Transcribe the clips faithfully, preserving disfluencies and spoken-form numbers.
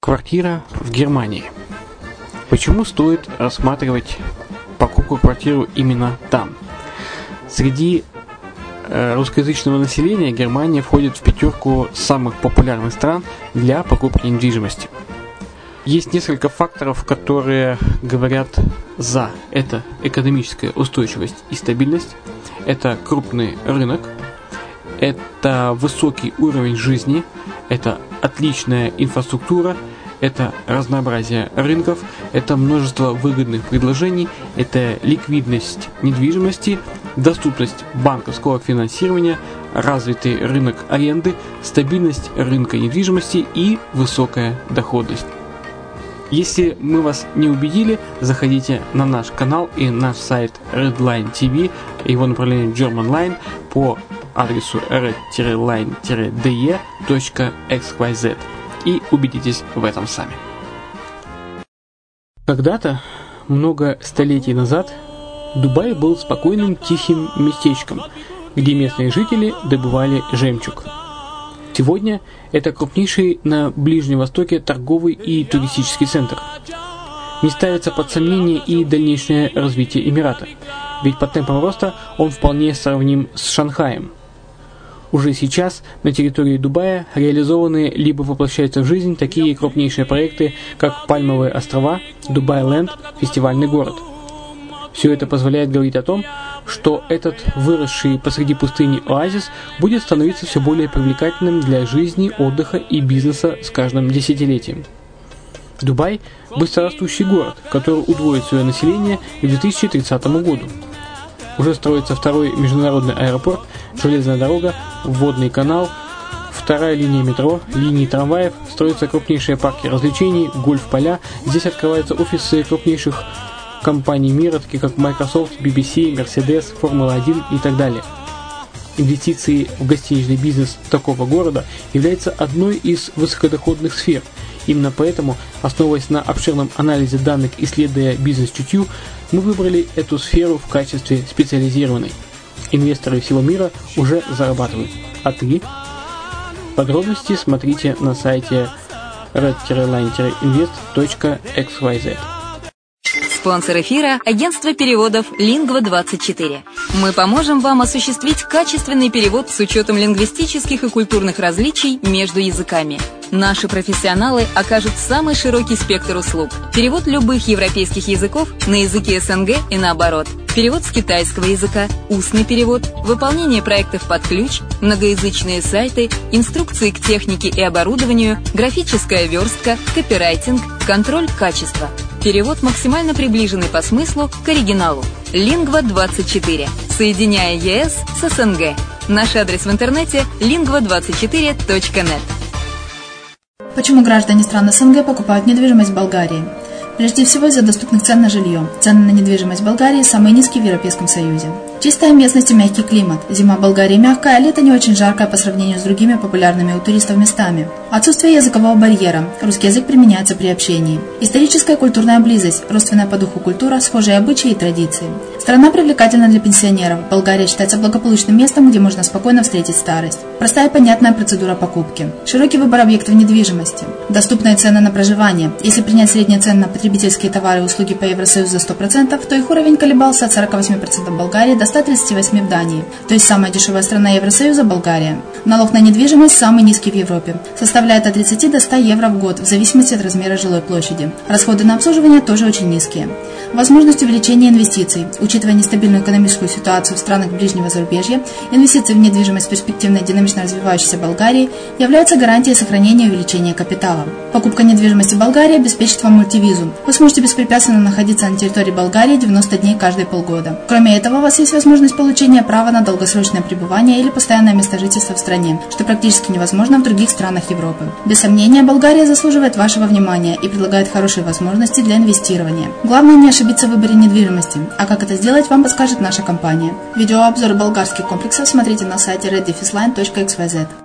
Квартира в Германии. Почему стоит рассматривать покупку квартиры именно там? Среди э, русскоязычного населения Германия входит в пятерку самых популярных стран для покупки недвижимости. Есть несколько факторов, которые говорят за. Это экономическая устойчивость и стабильность, это крупный рынок, это высокий уровень жизни, это отличная инфраструктура, это разнообразие рынков, это множество выгодных предложений, это ликвидность недвижимости, доступность банковского финансирования, развитый рынок аренды, стабильность рынка недвижимости и высокая доходность. Если мы вас не убедили, заходите на наш канал и наш сайт Redline ти ви, его направление Germanline по адресу red line de точка экс уай зет и убедитесь в этом сами. Когда-то, много столетий назад, Дубай был спокойным тихим местечком, где местные жители добывали жемчуг. Сегодня это крупнейший на Ближнем Востоке торговый и туристический центр. Не ставится под сомнение и дальнейшее развитие Эмирата, ведь по темпам роста он вполне сравним с Шанхаем. Уже сейчас на территории Дубая реализованы либо воплощаются в жизнь такие крупнейшие проекты, как Пальмовые острова, Дубай-Ленд, фестивальный город. Все это позволяет говорить о том, что этот выросший посреди пустыни оазис будет становиться все более привлекательным для жизни, отдыха и бизнеса с каждым десятилетием. Дубай – быстрорастущий город, который удвоит свое население к две тысячи тридцатому году. Уже строится второй международный аэропорт, железная дорога, водный канал, вторая линия метро, линии трамваев, строятся крупнейшие парки развлечений, гольф-поля. Здесь открываются офисы крупнейших компаний мира, таких как Microsoft, би би си, Mercedes, Формула один и так далее. Инвестиции в гостиничный бизнес такого города являются одной из высокодоходных сфер. Именно поэтому, основываясь на обширном анализе данных, исследуя бизнес-чутью, мы выбрали эту сферу в качестве специализированной. Инвесторы всего мира уже зарабатывают. А ты? Подробности смотрите на сайте red line invest точка экс уай зет. Спонсор эфира – агентство переводов Lingva двадцать четыре. Мы поможем вам осуществить качественный перевод с учетом лингвистических и культурных различий между языками. Наши профессионалы окажут самый широкий спектр услуг. Перевод любых европейских языков на языки эс эн гэ и наоборот. Перевод с китайского языка, устный перевод, выполнение проектов под ключ, многоязычные сайты, инструкции к технике и оборудованию, графическая верстка, копирайтинг, контроль качества. Перевод максимально приближенный по смыслу к оригиналу. Lingva двадцать четыре. Соединяя е эс с эс эн гэ. Наш адрес в интернете lingva двадцать четыре точка нет. Почему граждане стран эс эн гэ покупают недвижимость в Болгарии? Прежде всего из-за доступных цен на жилье. Цены на недвижимость в Болгарии самые низкие в Европейском Союзе. Чистая местность и мягкий климат. Зима в Болгарии мягкая, а лето не очень жаркое по сравнению с другими популярными у туристов местами. Отсутствие языкового барьера. Русский язык применяется при общении. Историческая и культурная близость. Родственная по духу культура, схожие обычаи и традиции. Страна привлекательна для пенсионеров. Болгария считается благополучным местом, где можно спокойно встретить старость. Простая и понятная процедура покупки. Широкий выбор объектов недвижимости. Доступные цены на проживание. Если принять средние цены на потребительские товары и услуги по Евросоюзу за сто процентов, то их уровень колебался от сорок восемь процентов в Болгарии до ста тридцати восьми процентов в Дании. То есть самая дешевая страна Евросоюза – Болгария. Налог на недвижимость самый низкий в Европе. Составляет от тридцати до ста евро в год, в зависимости от размера жилой площади. Расходы на обслуживание тоже очень низкие. Возможность увеличения инвестиций. Учитывая нестабильную экономическую ситуацию в странах ближнего зарубежья, инвестиции в недвижимость в перспективной динамично развивающейся Болгарии являются гарантией сохранения и увеличения капитала. Покупка недвижимости в Болгарии обеспечит вам мультивизу. Вы сможете беспрепятственно находиться на территории Болгарии девяносто дней каждые полгода. Кроме этого, у вас есть возможность получения права на долгосрочное пребывание или постоянное место жительства в стране, что практически невозможно в других странах Европы. Без сомнения, Болгария заслуживает вашего внимания и предлагает хорошие возможности для инвестирования. Главное не ошибиться в выборе недвижимости, а как это сделать, вам подскажет наша компания. Видеообзор болгарских комплексов смотрите на сайте red line точка экс уай зет.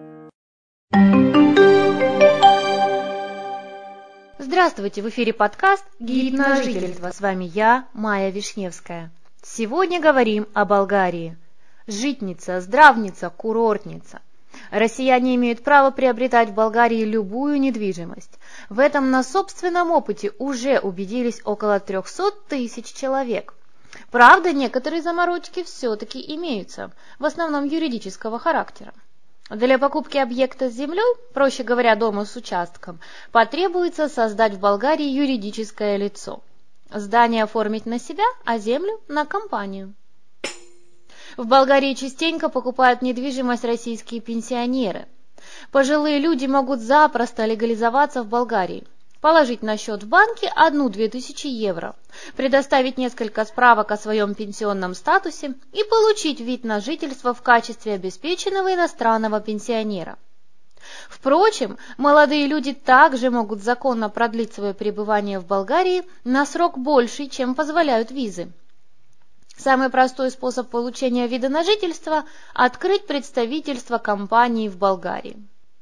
Здравствуйте, в эфире подкаст «Гид на жительство». С вами я, Майя Вишневская. Сегодня говорим о Болгарии. Житница, здравница, курортница. Россияне имеют право приобретать в Болгарии любую недвижимость. В этом на собственном опыте уже убедились около трехсот тысяч человек. Правда, некоторые заморочки все-таки имеются, в основном юридического характера. Для покупки объекта с землей, проще говоря, дома с участком, потребуется создать в Болгарии юридическое лицо. Здание оформить на себя, а землю – на компанию. В Болгарии частенько покупают недвижимость российские пенсионеры. Пожилые люди могут запросто легализоваться в Болгарии, положить на счет в банке одну-две тысячи евро, предоставить несколько справок о своем пенсионном статусе и получить вид на жительство в качестве обеспеченного иностранного пенсионера. Впрочем, молодые люди также могут законно продлить свое пребывание в Болгарии на срок больший, чем позволяют визы. Самый простой способ получения вида на жительство – открыть представительство компании в Болгарии.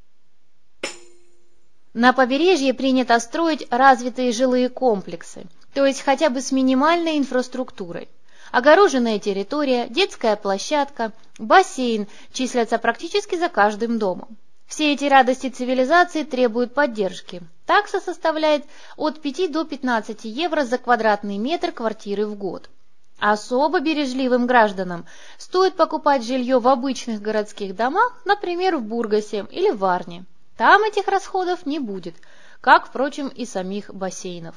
На побережье принято строить развитые жилые комплексы, то есть хотя бы с минимальной инфраструктурой. Огороженная территория, детская площадка, бассейн числятся практически за каждым домом. Все эти радости цивилизации требуют поддержки. Такса составляет от пяти до пятнадцати евро за квадратный метр квартиры в год. Особо бережливым гражданам стоит покупать жилье в обычных городских домах, например, в Бургасе или Варне. Там этих расходов не будет, как, впрочем, и самих бассейнов.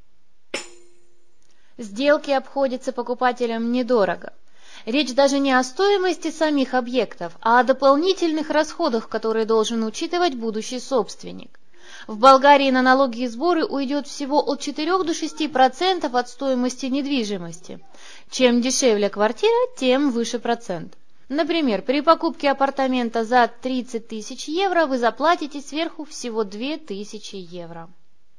Сделки обходятся покупателям недорого. Речь даже не о стоимости самих объектов, а о дополнительных расходах, которые должен учитывать будущий собственник. В Болгарии на налоги и сборы уйдет всего от четырёх до шести процентов от стоимости недвижимости. Чем дешевле квартира, тем выше процент. Например, при покупке апартамента за тридцать тысяч евро вы заплатите сверху всего две тысячи евро.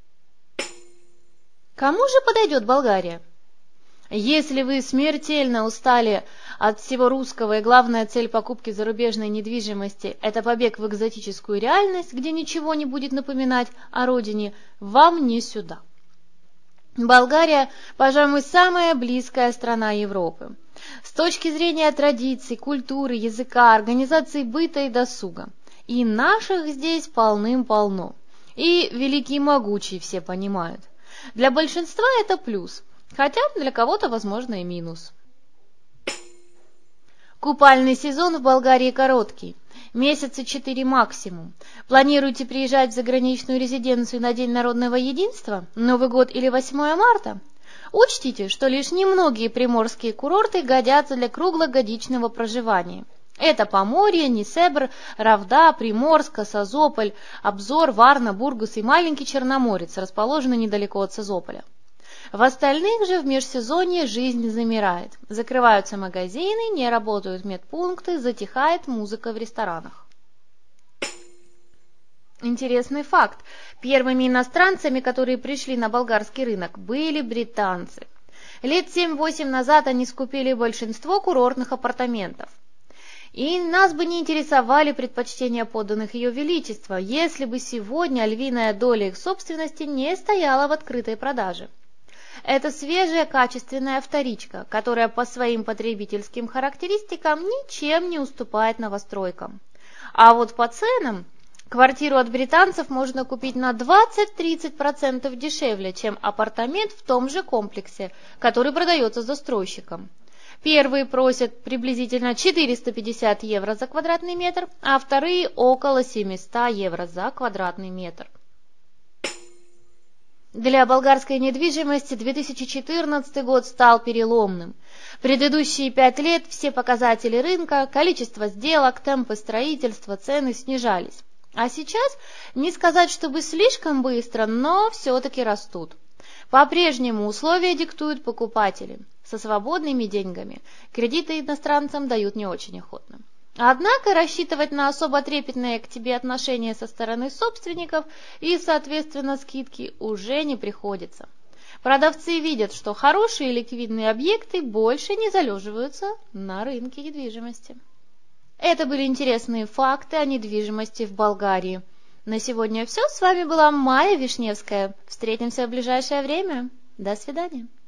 Кому же подойдет Болгария? Если вы смертельно устали от всего русского и главная цель покупки зарубежной недвижимости – это побег в экзотическую реальность, где ничего не будет напоминать о родине, вам не сюда. Болгария, пожалуй, самая близкая страна Европы. С точки зрения традиций, культуры, языка, организации быта и досуга. И наших здесь полным-полно. И великий и могучий все понимают. Для большинства это плюс. Хотя для кого-то, возможно, и минус. Купальный сезон в Болгарии короткий, месяца четыре максимум. Планируете приезжать в заграничную резиденцию на День народного единства, Новый год или восьмое марта? Учтите, что лишь немногие приморские курорты годятся для круглогодичного проживания. Это Поморье, Несебр, Равда, Приморска, Созополь, Обзор, Варна, Бургас и маленький Черноморец, расположенный недалеко от Созополя. В остальных же в межсезонье жизнь замирает. Закрываются магазины, не работают медпункты, затихает музыка в ресторанах. Интересный факт. Первыми иностранцами, которые пришли на болгарский рынок, были британцы. Лет семь-восемь назад они скупили большинство курортных апартаментов. И нас бы не интересовали предпочтения подданных Ее Величества, если бы сегодня львиная доля их собственности не стояла в открытой продаже. Это свежая качественная вторичка, которая по своим потребительским характеристикам ничем не уступает новостройкам. А вот по ценам квартиру от британцев можно купить на двадцать-тридцать процентов дешевле, чем апартамент в том же комплексе, который продается застройщиком. Первые просят приблизительно четыреста пятьдесят евро за квадратный метр, а вторые около семьсот евро за квадратный метр. Для болгарской недвижимости две тысячи четырнадцатый год стал переломным. Предыдущие пять лет все показатели рынка, количество сделок, темпы строительства, цены снижались. А сейчас, не сказать, чтобы слишком быстро, но все-таки растут. По-прежнему условия диктуют покупатели. Со свободными деньгами кредиты иностранцам дают не очень охотно. Однако рассчитывать на особо трепетное к тебе отношение со стороны собственников и, соответственно, скидки уже не приходится. Продавцы видят, что хорошие ликвидные объекты больше не залеживаются на рынке недвижимости. Это были интересные факты о недвижимости в Болгарии. На сегодня все. С вами была Майя Вишневская. Встретимся в ближайшее время. До свидания.